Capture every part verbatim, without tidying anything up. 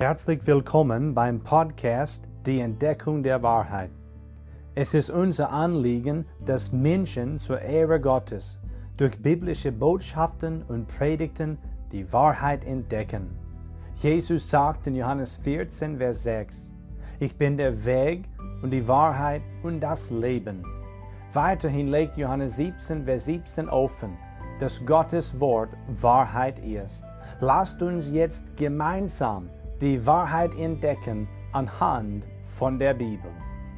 Herzlich willkommen beim Podcast Die Entdeckung der Wahrheit. Es ist unser Anliegen, dass Menschen zur Ehre Gottes durch biblische Botschaften und Predigten die Wahrheit entdecken. Jesus sagt in Johannes vierzehn, Vers sechs, Ich bin der Weg und die Wahrheit und das Leben. Weiterhin legt Johannes siebzehn, Vers siebzehn offen, dass Gottes Wort Wahrheit ist. Lasst uns jetzt gemeinsam die Wahrheit entdecken anhand von der Bibel.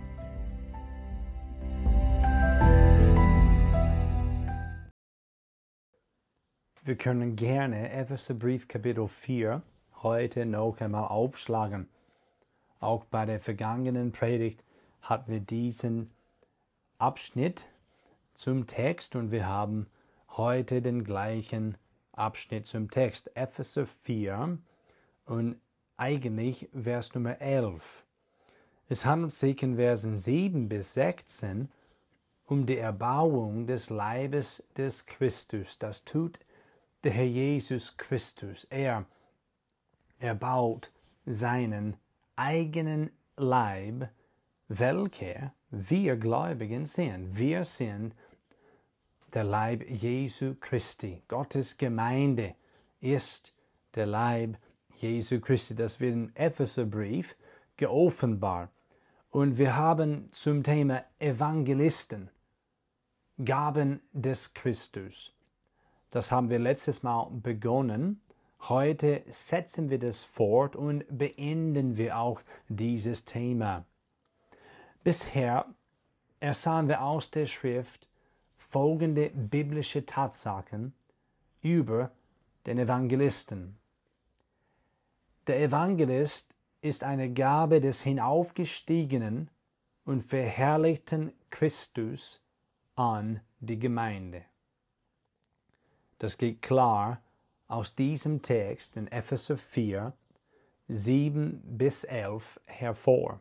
Wir können gerne Epheserbrief Kapitel vier heute noch einmal aufschlagen. Auch bei der vergangenen Predigt hatten wir diesen Abschnitt zum Text und wir haben heute den gleichen Abschnitt zum Text. Epheser vier und eigentlich Vers Nummer elf. Es handelt sich in Versen sieben bis sechzehn um die Erbauung des Leibes des Christus. Das tut der Herr Jesus Christus. Er erbaut seinen eigenen Leib, welcher wir Gläubigen sind. Wir sind der Leib Jesu Christi. Gottes Gemeinde ist der Leib Jesu Christi. Das wird im Epheserbrief geoffenbart. Und wir haben zum Thema Evangelisten, Gaben des Christus. Das haben wir letztes Mal begonnen. Heute setzen wir das fort und beenden wir auch dieses Thema. Bisher ersahen wir aus der Schrift folgende biblische Tatsachen über den Evangelisten. Der Evangelist ist eine Gabe des hinaufgestiegenen und verherrlichten Christus an die Gemeinde. Das geht klar aus diesem Text in Epheser vier, sieben bis elf hervor.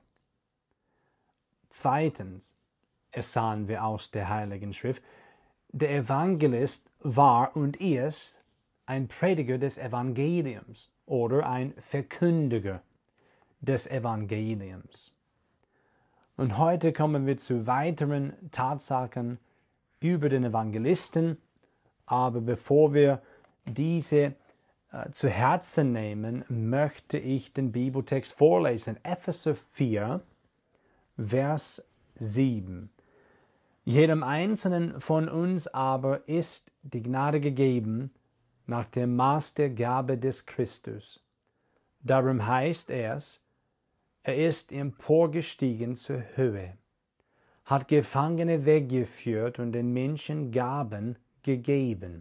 Zweitens ersahen wir aus der Heiligen Schrift, der Evangelist war und ist ein Prediger des Evangeliums oder ein Verkündiger des Evangeliums. Und heute kommen wir zu weiteren Tatsachen über den Evangelisten, aber bevor wir diese äh, zu Herzen nehmen, möchte ich den Bibeltext vorlesen. Epheser vier, Vers sieben. Jedem Einzelnen von uns aber ist die Gnade gegeben, nach dem Maß der Gabe des Christus. Darum heißt es, er ist emporgestiegen zur Höhe, hat Gefangene weggeführt und den Menschen Gaben gegeben.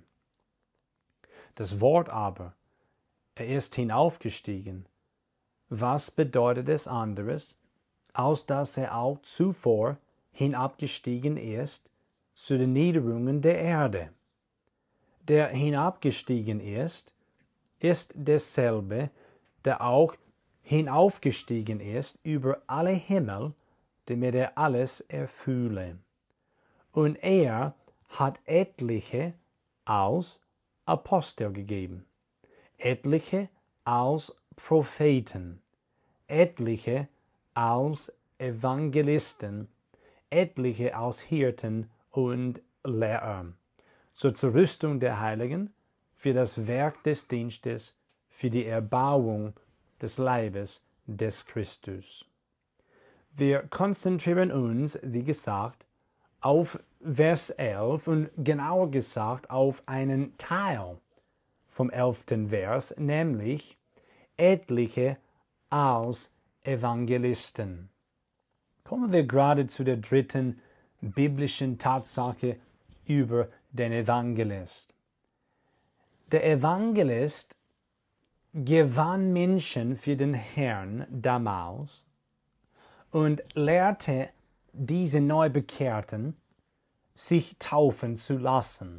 Das Wort aber, er ist hinaufgestiegen. Was bedeutet es anderes, als dass er auch zuvor hinabgestiegen ist zu den Niederungen der Erde? Der hinabgestiegen ist, ist derselbe, der auch hinaufgestiegen ist über alle Himmel, damit er alles erfülle. Und er hat etliche als Apostel gegeben, etliche als Propheten, etliche als Evangelisten, etliche als Hirten und Lehrer, zur Zurüstung der Heiligen, für das Werk des Dienstes, für die Erbauung des Leibes des Christus. Wir konzentrieren uns, wie gesagt, auf Vers elf und genauer gesagt auf einen Teil vom elften Vers, nämlich etliche als Evangelisten. Kommen wir gerade zu der dritten biblischen Tatsache über den Evangelist. Der Evangelist gewann Menschen für den Herrn damals und lehrte diese Neubekehrten, sich taufen zu lassen.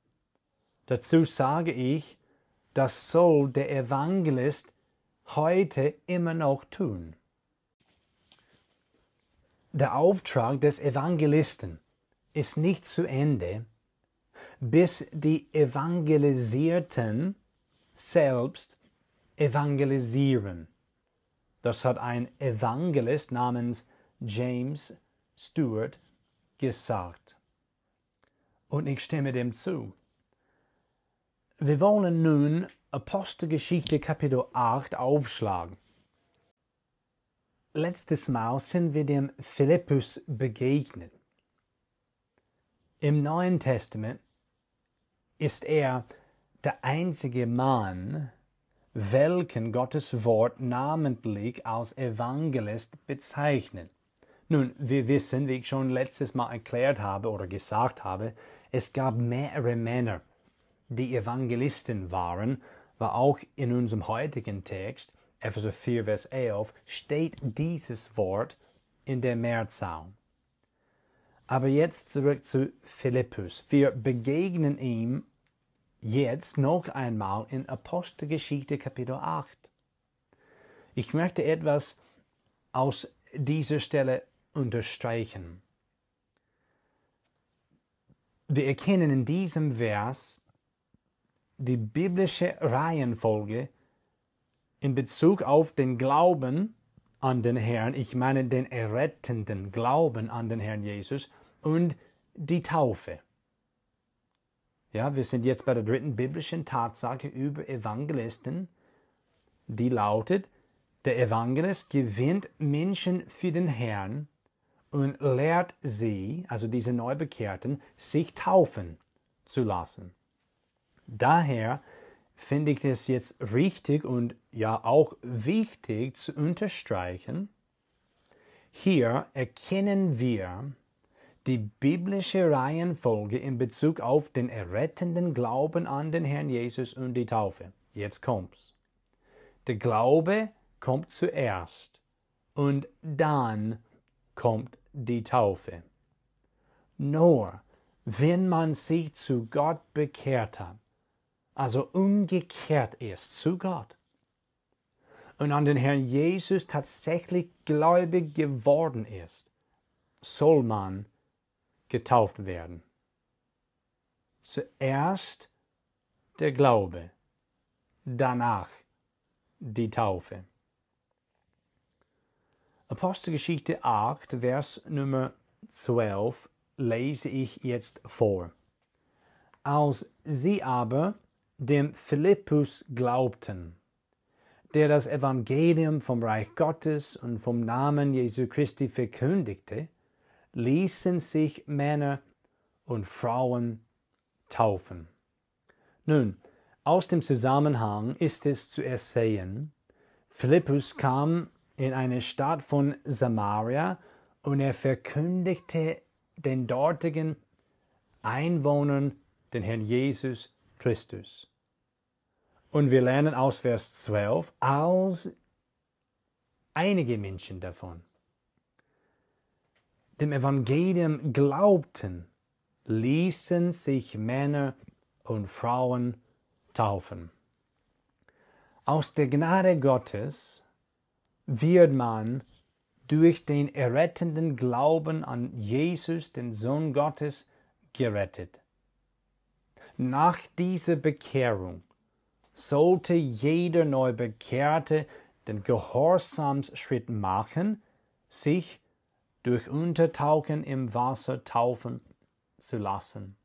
Dazu sage ich, das soll der Evangelist heute immer noch tun. Der Auftrag des Evangelisten ist nicht zu Ende, bis die Evangelisierten selbst evangelisieren. Das hat ein Evangelist namens James Stewart gesagt. Und ich stimme dem zu. Wir wollen nun Apostelgeschichte Kapitel acht aufschlagen. Letztes Mal sind wir dem Philippus begegnet. Im Neuen Testament ist er der einzige Mann, welchen Gottes Wort namentlich als Evangelist bezeichnet. Nun, wir wissen, wie ich schon letztes Mal erklärt habe oder gesagt habe, es gab mehrere Männer, die Evangelisten waren, weil auch in unserem heutigen Text, Epheser vier, Vers elf, steht dieses Wort in der Mehrzahl. Aber jetzt zurück zu Philippus. Wir begegnen ihm jetzt noch einmal in Apostelgeschichte Kapitel acht. Ich möchte etwas aus dieser Stelle unterstreichen. Wir erkennen in diesem Vers die biblische Reihenfolge in Bezug auf den Glauben an den Herrn, ich meine den errettenden Glauben an den Herrn Jesus und die Taufe. Ja, wir sind jetzt bei der dritten biblischen Tatsache über Evangelisten, die lautet, der Evangelist gewinnt Menschen für den Herrn und lehrt sie, also diese Neubekehrten, sich taufen zu lassen. Daher finde ich es jetzt richtig und ja auch wichtig zu unterstreichen, hier erkennen wir die biblische Reihenfolge in Bezug auf den errettenden Glauben an den Herrn Jesus und die Taufe. Jetzt kommt's. Der Glaube kommt zuerst und dann kommt die Taufe. Nur wenn man sich zu Gott bekehrt hat, also umgekehrt ist zu Gott und an den Herrn Jesus tatsächlich gläubig geworden ist, soll man getauft werden. Zuerst der Glaube, danach die Taufe. Apostelgeschichte acht, Vers Nummer zwölf lese ich jetzt vor. Als sie aber dem Philippus glaubten, der das Evangelium vom Reich Gottes und vom Namen Jesu Christi verkündigte, ließen sich Männer und Frauen taufen. Nun, aus dem Zusammenhang ist es zu ersehen, Philippus kam in eine Stadt von Samaria und er verkündigte den dortigen Einwohnern den Herrn Jesus Christus. Und wir lernen aus Vers zwölf, als einige Menschen davon dem Evangelium glaubten, ließen sich Männer und Frauen taufen. Aus der Gnade Gottes wird man durch den errettenden Glauben an Jesus, den Sohn Gottes, gerettet. Nach dieser Bekehrung sollte jeder Neubekehrte den Gehorsamsschritt machen, sich durch Untertauchen im Wasser taufen zu lassen.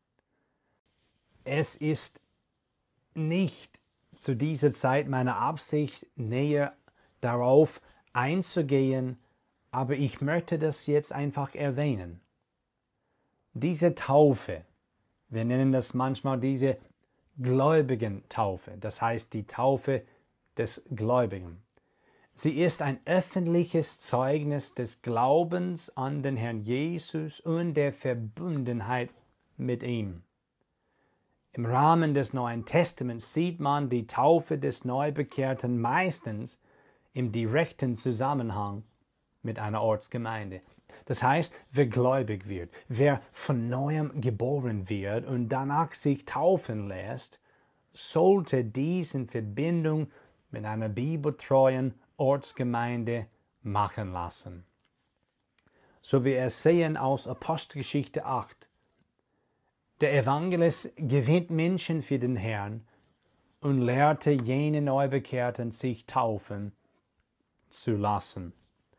Es ist nicht zu dieser Zeit meine Absicht, näher darauf einzugehen, aber ich möchte das jetzt einfach erwähnen. Diese Taufe, wir nennen das manchmal diese gläubigen Taufe, das heißt die Taufe des Gläubigen. Sie ist ein öffentliches Zeugnis des Glaubens an den Herrn Jesus und der Verbundenheit mit ihm. Im Rahmen des Neuen Testaments sieht man die Taufe des Neubekehrten meistens im direkten Zusammenhang mit einer Ortsgemeinde. Das heißt, wer gläubig wird, wer von Neuem geboren wird und danach sich taufen lässt, sollte dies in Verbindung mit einer bibeltreuen Ortsgemeinde machen lassen. So wie wir es sehen aus Apostelgeschichte acht. Der Evangelist gewinnt Menschen für den Herrn und lehrte jene Neubekehrten, sich taufen zu lassen.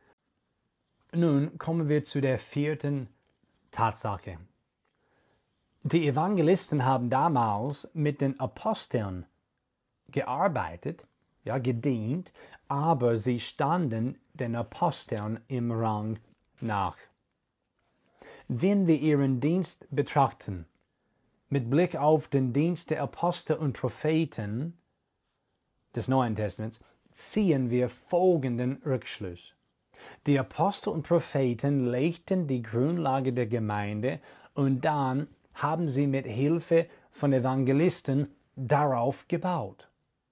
Nun kommen wir zu der vierten Tatsache. Die Evangelisten haben damals mit den Aposteln gearbeitet, ja, gedient, aber sie standen den Aposteln im Rang nach. Wenn wir ihren Dienst betrachten, mit Blick auf den Dienst der Apostel und Propheten des Neuen Testaments, ziehen wir folgenden Rückschluss. Die Apostel und Propheten legten die Grundlage der Gemeinde und dann haben sie mit Hilfe von Evangelisten darauf gebaut.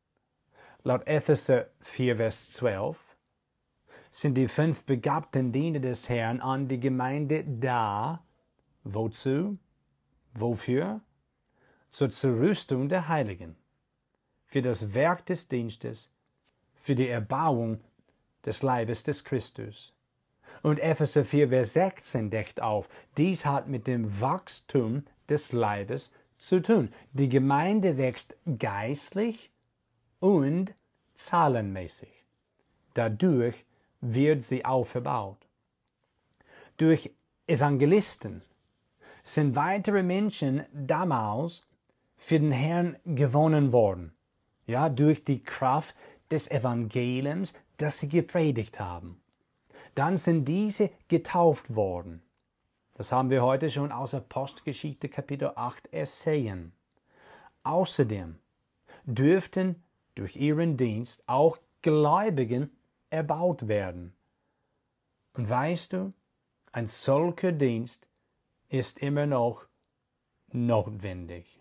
Laut Epheser vier, Vers zwölf sind die fünf begabten Diener des Herrn an die Gemeinde da. Wozu? Wofür? Zur Zurüstung der Heiligen, für das Werk des Dienstes, für die Erbauung des Leibes des Christus. Und Epheser vier, Vers sechzehn deckt auf, dies hat mit dem Wachstum des Leibes zu tun. Die Gemeinde wächst geistlich und zahlenmäßig. Dadurch wird sie aufgebaut. Durch Evangelisten sind weitere Menschen damals für den Herrn gewonnen worden, ja, durch die Kraft des Evangeliums, das sie gepredigt haben. Dann sind diese getauft worden. Das haben wir heute schon aus Apostelgeschichte Kapitel acht ersehen. Außerdem dürften durch ihren Dienst auch Gläubigen erbaut werden. Und weißt du, ein solcher Dienst ist immer noch notwendig.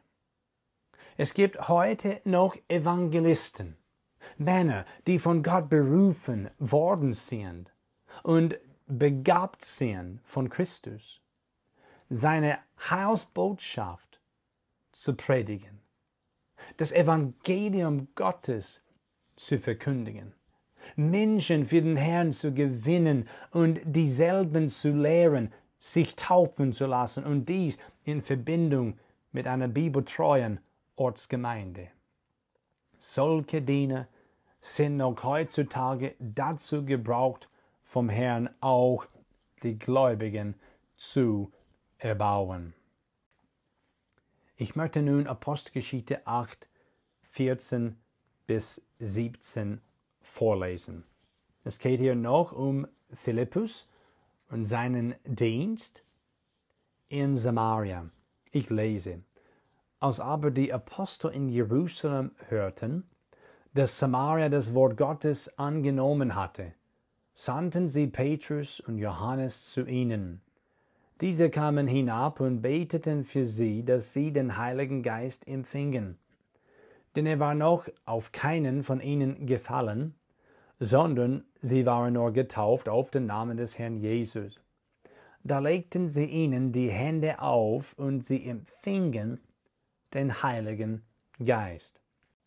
Es gibt heute noch Evangelisten, Männer, die von Gott berufen worden sind und begabt sind von Christus, seine Heilsbotschaft zu predigen, das Evangelium Gottes zu verkündigen, Menschen für den Herrn zu gewinnen und dieselben zu lehren, sich taufen zu lassen und dies in Verbindung mit einer bibeltreuen Ortsgemeinde. Solche Diener sind noch heutzutage dazu gebraucht, vom Herrn auch die Gläubigen zu erbauen. Ich möchte nun Apostelgeschichte acht, vierzehn bis siebzehn vorlesen. Es geht hier noch um Philippus und seinen Dienst in Samaria. Ich lese. Als aber die Apostel in Jerusalem hörten, dass Samaria das Wort Gottes angenommen hatte, sandten sie Petrus und Johannes zu ihnen. Diese kamen hinab und beteten für sie, dass sie den Heiligen Geist empfingen. Denn er war noch auf keinen von ihnen gefallen, sondern sie waren nur getauft auf den Namen des Herrn Jesus. Da legten sie ihnen die Hände auf und sie empfingen den Heiligen Geist.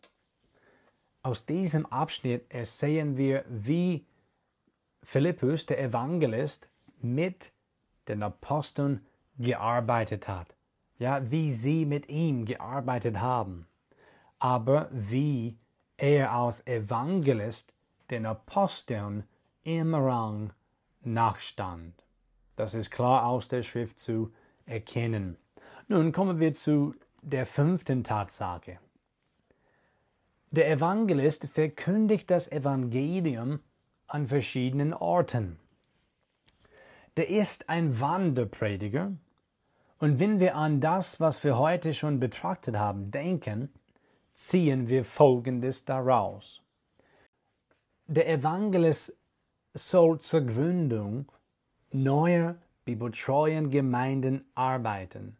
Aus diesem Abschnitt ersehen wir, wie Philippus, der Evangelist, mit den Aposteln gearbeitet hat. Ja, wie sie mit ihm gearbeitet haben. Aber wie er als Evangelist den Aposteln im Rang nachstand. Das ist klar aus der Schrift zu erkennen. Nun kommen wir zu der fünften Tatsache. Der Evangelist verkündigt das Evangelium an verschiedenen Orten. Der ist ein Wanderprediger, und wenn wir an das, was wir heute schon betrachtet haben, denken, ziehen wir Folgendes daraus. Der Evangelist soll zur Gründung neuer bibeltreuen Gemeinden arbeiten.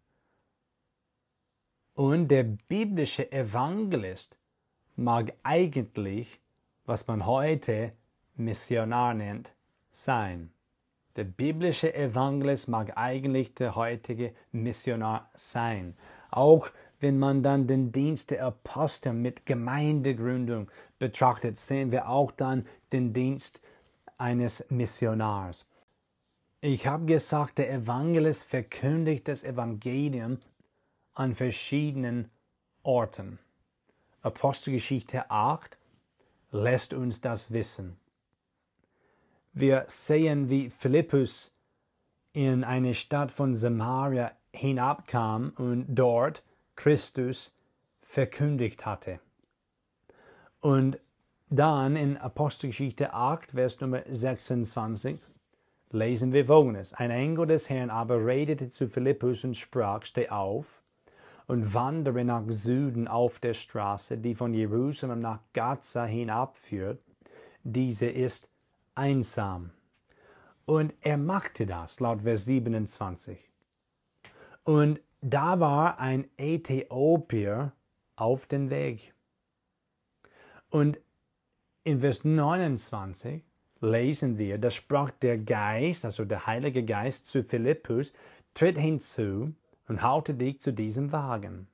Und der biblische Evangelist mag eigentlich, was man heute Missionar nennt, sein. Der biblische Evangelist mag eigentlich der heutige Missionar sein. Auch wenn man dann den Dienst der Apostel mit Gemeindegründung betrachtet, sehen wir auch dann den Dienst eines Missionars. Ich habe gesagt, der Evangelist verkündigt das Evangelium an verschiedenen Orten. Apostelgeschichte acht lässt uns das wissen. Wir sehen, wie Philippus in eine Stadt von Samaria hinabkam und dort Christus verkündigt hatte. Und dann in Apostelgeschichte acht, Vers Nummer sechsundzwanzig, lesen wir Folgendes. Ein Engel des Herrn aber redete zu Philippus und sprach, steh auf und wandere nach Süden auf der Straße, die von Jerusalem nach Gaza hinabführt. Diese ist einsam. Und er machte das, laut Vers siebenundzwanzig. Und da war ein Äthiopier auf dem Weg. Und in Vers neunundzwanzig lesen wir, da sprach der Geist, also der Heilige Geist zu Philippus, tritt hinzu und halte dich zu diesem Wagen.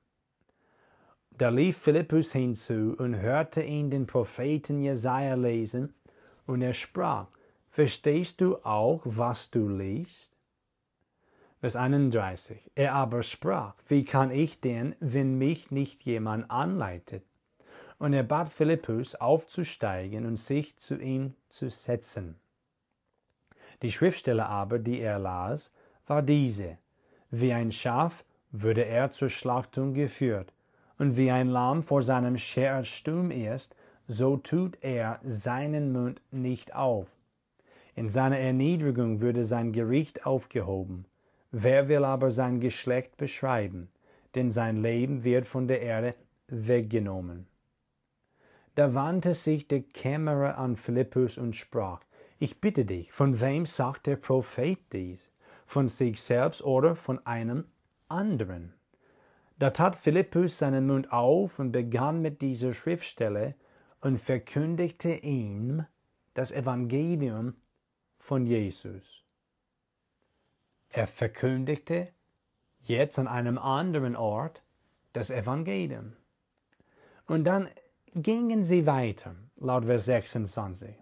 Da lief Philippus hinzu und hörte ihn den Propheten Jesaja lesen, und er sprach, verstehst du auch, was du liest? Vers einunddreißig. Er aber sprach, wie kann ich denn, wenn mich nicht jemand anleitet? Und er bat Philippus aufzusteigen und sich zu ihm zu setzen. Die Schriftstelle aber, die er las, war diese: Wie ein Schaf würde er zur Schlachtung geführt, und wie ein Lamm vor seinem Scherer stumm ist, so tut er seinen Mund nicht auf. In seiner Erniedrigung würde sein Gericht aufgehoben. Wer will aber sein Geschlecht beschreiben? Denn sein Leben wird von der Erde weggenommen. Da wandte sich der Kämmerer an Philippus und sprach, ich bitte dich, von wem sagt der Prophet dies? Von sich selbst oder von einem anderen? Da tat Philippus seinen Mund auf und begann mit dieser Schriftstelle und verkündigte ihm das Evangelium von Jesus. Er verkündigte jetzt an einem anderen Ort das Evangelium. Und dann gingen sie weiter, laut Vers sechsundzwanzig.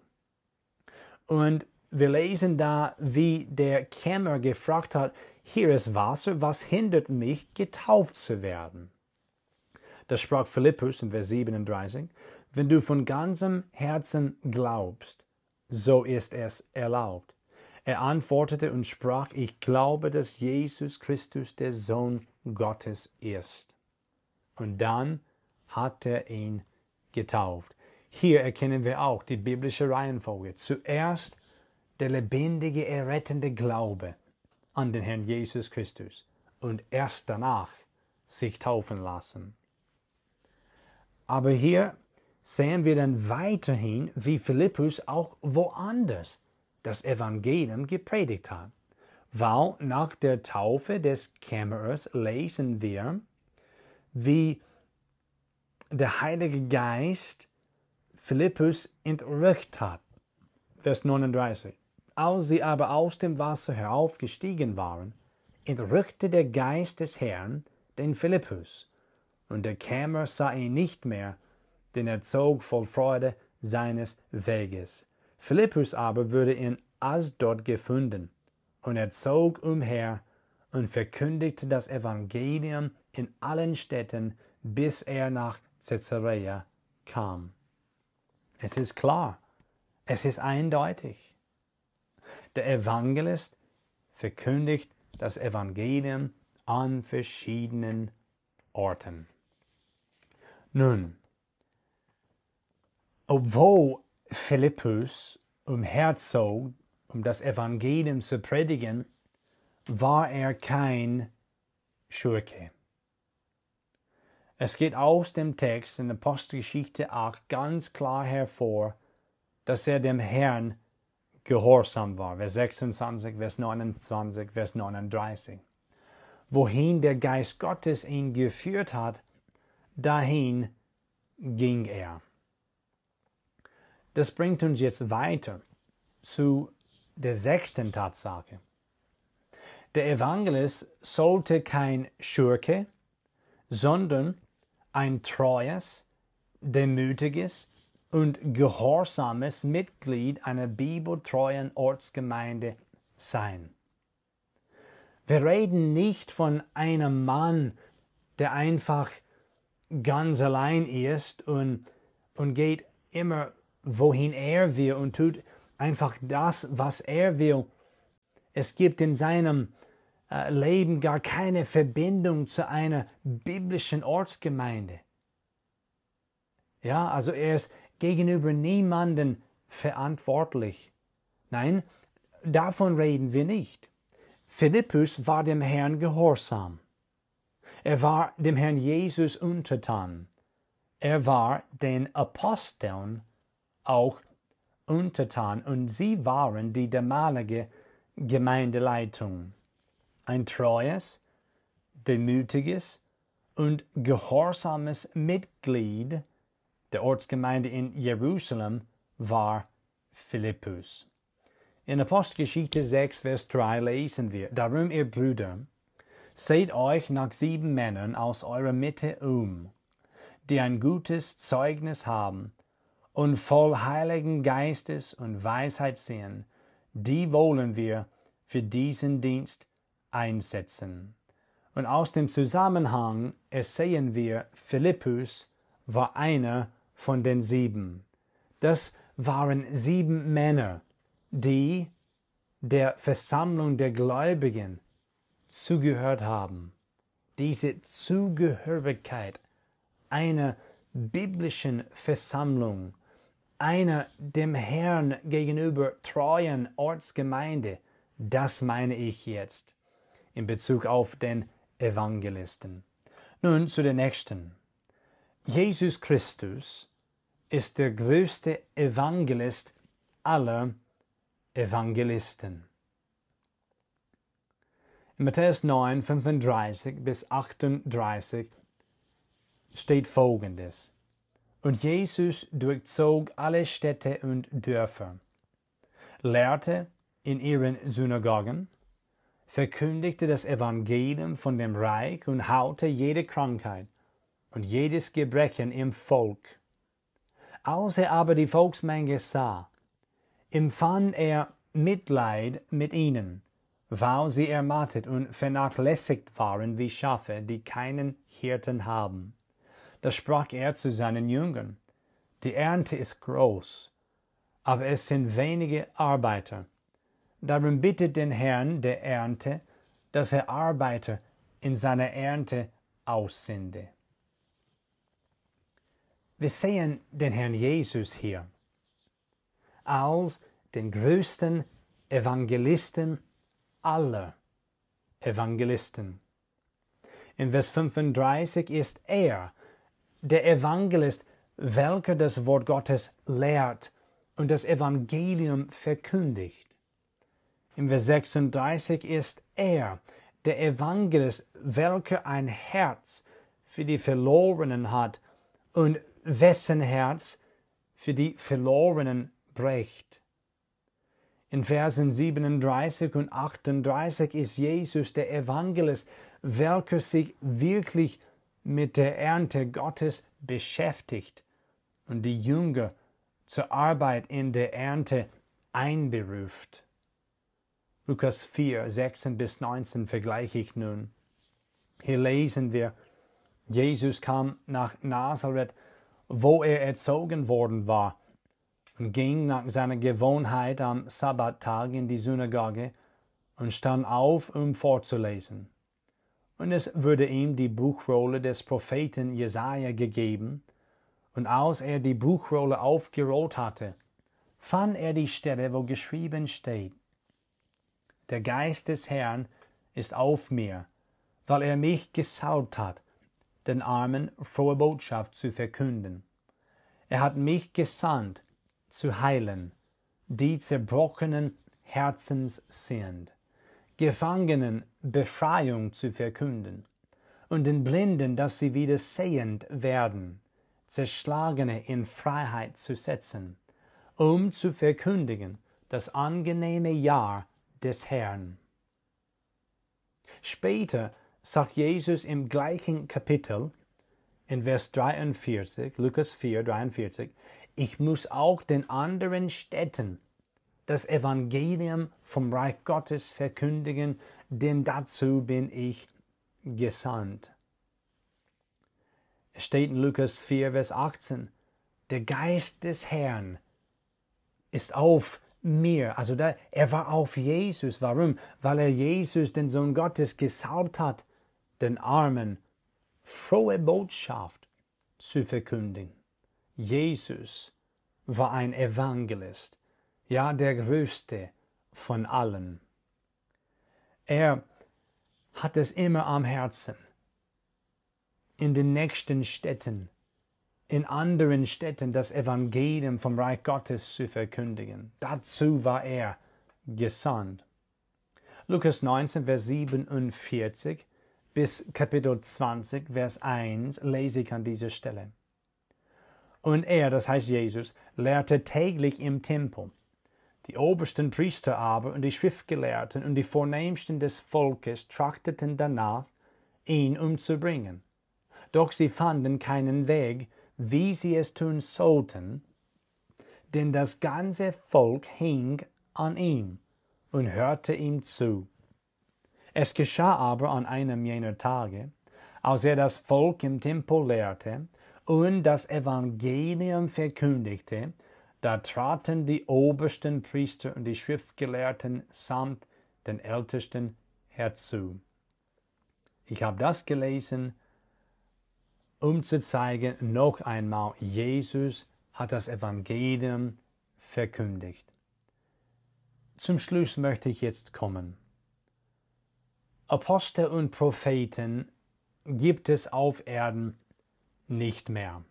Und wir lesen da, wie der Kämmerer gefragt hat, hier ist Wasser, was hindert mich, getauft zu werden? Da sprach Philippus in Vers siebenunddreißig, wenn du von ganzem Herzen glaubst, so ist es erlaubt. Er antwortete und sprach, ich glaube, dass Jesus Christus der Sohn Gottes ist. Und dann hat er ihn getauft. Hier erkennen wir auch die biblische Reihenfolge. Zuerst der lebendige, errettende Glaube an den Herrn Jesus Christus und erst danach sich taufen lassen. Aber hier sehen wir dann weiterhin, wie Philippus auch woanders das Evangelium gepredigt hat. Weil nach der Taufe des Kämmerers lesen wir, wie der Heilige Geist Philippus entrückt hat. Vers neununddreißig. Als sie aber aus dem Wasser heraufgestiegen waren, entrückte der Geist des Herrn den Philippus, und der Kämmerer sah ihn nicht mehr, denn er zog voll Freude seines Weges. Philippus aber wurde in Asdod gefunden, und er zog umher und verkündigte das Evangelium in allen Städten, bis er nach Caesarea kam. Es ist klar, es ist eindeutig. Der Evangelist verkündigt das Evangelium an verschiedenen Orten. Nun, obwohl Philippus umherzog, um das Evangelium zu predigen, war er kein Schurke. Es geht aus dem Text in Apostelgeschichte acht ganz klar hervor, dass er dem Herrn gehorsam war. Vers sechsundzwanzig, Vers neunundzwanzig, Vers neununddreißig. Wohin der Geist Gottes ihn geführt hat, dahin ging er. Das bringt uns jetzt weiter zu der sechsten Tatsache. Der Evangelist sollte kein Schurke, sondern ein treues, demütiges und gehorsames Mitglied einer bibeltreuen Ortsgemeinde sein. Wir reden nicht von einem Mann, der einfach ganz allein ist und, und geht immer, wohin er will und tut einfach das, was er will. Es gibt in seinem äh, Leben gar keine Verbindung zu einer biblischen Ortsgemeinde. Ja, also er ist gegenüber niemanden verantwortlich. Nein, davon reden wir nicht. Philippus war dem Herrn gehorsam. Er war dem Herrn Jesus untertan. Er war den Aposteln auch untertan und sie waren die damalige Gemeindeleitung. Ein treues, demütiges und gehorsames Mitglied der Ortsgemeinde in Jerusalem war Philippus. In Apostelgeschichte sechs, Vers drei lesen wir: Darum, ihr Brüder, seht euch nach sieben Männern aus eurer Mitte um, die ein gutes Zeugnis haben und voll Heiligen Geistes und Weisheit sind. Die wollen wir für diesen Dienst einsetzen. Und aus dem Zusammenhang ersehen wir, Philippus war einer von den sieben. Das waren sieben Männer, die der Versammlung der Gläubigen zugehört haben. Diese Zugehörigkeit einer biblischen Versammlung, einer dem Herrn gegenüber treuen Ortsgemeinde, das meine ich jetzt in Bezug auf den Evangelisten. Nun zu den nächsten. Jesus Christus ist der größte Evangelist aller Evangelisten. In Matthäus neun, fünfunddreißig bis achtunddreißig steht Folgendes: Und Jesus durchzog alle Städte und Dörfer, lehrte in ihren Synagogen, verkündigte das Evangelium von dem Reich und heilte jede Krankheit und jedes Gebrechen im Volk. Als er aber die Volksmenge sah, empfand er Mitleid mit ihnen, weil sie ermattet und vernachlässigt waren wie Schafe, die keinen Hirten haben. Da sprach er zu seinen Jüngern: Die Ernte ist groß, aber es sind wenige Arbeiter. Darum bittet den Herrn der Ernte, dass er Arbeiter in seiner Ernte aussende. Wir sehen den Herrn Jesus hier als den größten Evangelisten aller Evangelisten. In Vers fünfunddreißig ist er der Evangelist, welcher das Wort Gottes lehrt und das Evangelium verkündigt. Im Vers sechsunddreißig ist er der Evangelist, welcher ein Herz für die Verlorenen hat und wessen Herz für die Verlorenen bricht. In Versen siebenunddreißig und achtunddreißig ist Jesus der Evangelist, welcher sich wirklich mit der Ernte Gottes beschäftigt und die Jünger zur Arbeit in der Ernte einberuft. Lukas vier, sechzehn bis neunzehn vergleiche ich nun. Hier lesen wir: Jesus kam nach Nazareth, wo er erzogen worden war, und ging nach seiner Gewohnheit am Sabbattag in die Synagoge und stand auf, um vorzulesen. Und es wurde ihm die Buchrolle des Propheten Jesaja gegeben, und als er die Buchrolle aufgerollt hatte, fand er die Stelle, wo geschrieben steht: Der Geist des Herrn ist auf mir, weil er mich gesalbt hat, den Armen frohe Botschaft zu verkünden. Er hat mich gesandt, zu heilen, die zerbrochenen Herzens sind, Gefangenen Befreiung zu verkünden und den Blinden, dass sie wieder sehend werden, Zerschlagene in Freiheit zu setzen, um zu verkündigen das angenehme Jahr des Herrn. Später sagt Jesus im gleichen Kapitel, in Vers dreiundvierzig, Lukas vier, dreiundvierzig, ich muss auch den anderen Städten das Evangelium vom Reich Gottes verkündigen, denn dazu bin ich gesandt. Es steht in Lukas vier, Vers achtzehn, der Geist des Herrn ist auf mehr. Also da, er war auf Jesus. Warum? Weil er Jesus, den Sohn Gottes, gesalbt hat, den Armen frohe Botschaft zu verkündigen. Jesus war ein Evangelist, ja, der größte von allen. Er hat es immer am Herzen, in den nächsten Städten, in anderen Städten das Evangelium vom Reich Gottes zu verkündigen. Dazu war er gesandt. Lukas neunzehn, Vers siebenundvierzig bis Kapitel zwanzig, Vers eins lese ich an dieser Stelle. Und er, das heißt Jesus, lehrte täglich im Tempel. Die obersten Priester aber und die Schriftgelehrten und die Vornehmsten des Volkes trachteten danach, ihn umzubringen. Doch sie fanden keinen Weg, wie sie es tun sollten, denn das ganze Volk hing an ihm und hörte ihm zu. Es geschah aber an einem jener Tage, als er das Volk im Tempel lehrte und das Evangelium verkündigte, da traten die obersten Priester und die Schriftgelehrten samt den Ältesten herzu. Ich habe das gelesen, um zu zeigen, noch einmal, Jesus hat das Evangelium verkündigt. Zum Schluss möchte ich jetzt kommen. Apostel und Propheten gibt es auf Erden nicht mehr.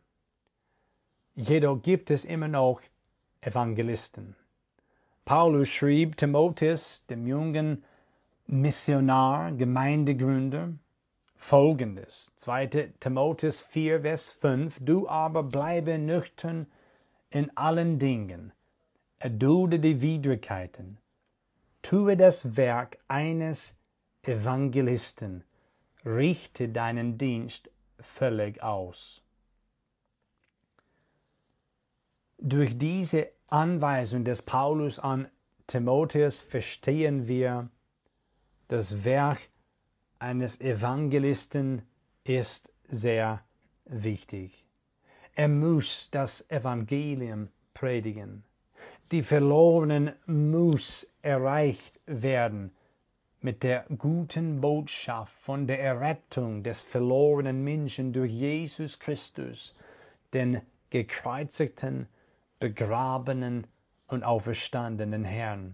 Jedoch gibt es immer noch Evangelisten. Paulus schrieb Timotheus, dem jungen Missionar, Gemeindegründer, Folgendes, zweiter Timotheus vier, Vers fünf, du aber bleibe nüchtern in allen Dingen, erdulde die Widrigkeiten, tue das Werk eines Evangelisten, richte deinen Dienst völlig aus. Durch diese Anweisung des Paulus an Timotheus verstehen wir, das Werk eines Evangelisten ist sehr wichtig. Er muss das Evangelium predigen. Die Verlorenen muss erreicht werden mit der guten Botschaft von der Errettung des verlorenen Menschen durch Jesus Christus, den gekreuzigten, begrabenen und auferstandenen Herrn.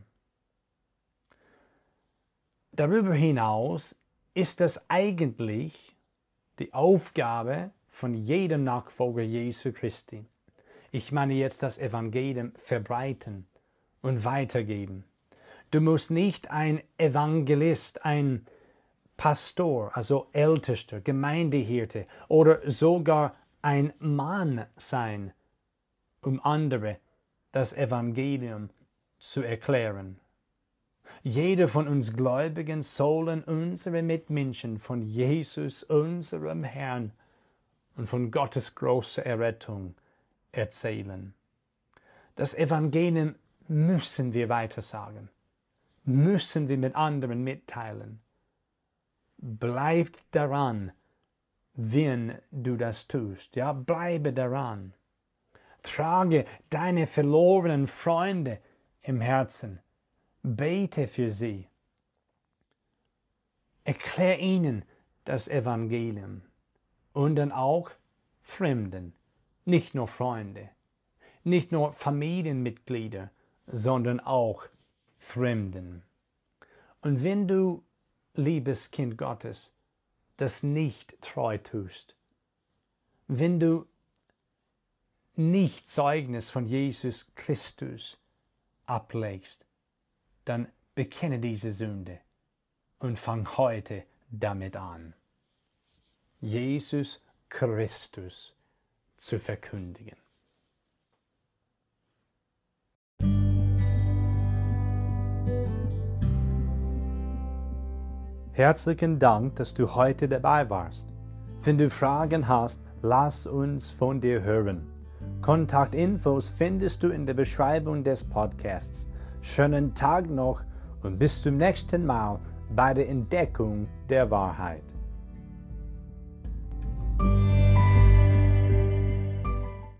Darüber hinaus ist es eigentlich die Aufgabe von jedem Nachfolger Jesu Christi. Ich meine jetzt das Evangelium verbreiten und weitergeben. Du musst nicht ein Evangelist, ein Pastor, also Ältester, Gemeindehirte oder sogar ein Mann sein, um andere das Evangelium zu erklären. Jeder von uns Gläubigen sollen unsere Mitmenschen von Jesus, unserem Herrn, und von Gottes großer Errettung erzählen. Das Evangelium müssen wir weitersagen, müssen wir mit anderen mitteilen. Bleib daran, wenn du das tust. Ja, bleibe daran. Trage deine verlorenen Freunde im Herzen. Bete für sie. Erklär ihnen das Evangelium und dann auch Fremden, nicht nur Freunde, nicht nur Familienmitglieder, sondern auch Fremden. Und wenn du, liebes Kind Gottes, das nicht treu tust, wenn du nicht Zeugnis von Jesus Christus ablegst, dann bekenne diese Sünde und fang heute damit an, Jesus Christus zu verkündigen. Herzlichen Dank, dass du heute dabei warst. Wenn du Fragen hast, lass uns von dir hören. Kontaktinfos findest du in der Beschreibung des Podcasts. Schönen Tag noch und bis zum nächsten Mal bei der Entdeckung der Wahrheit.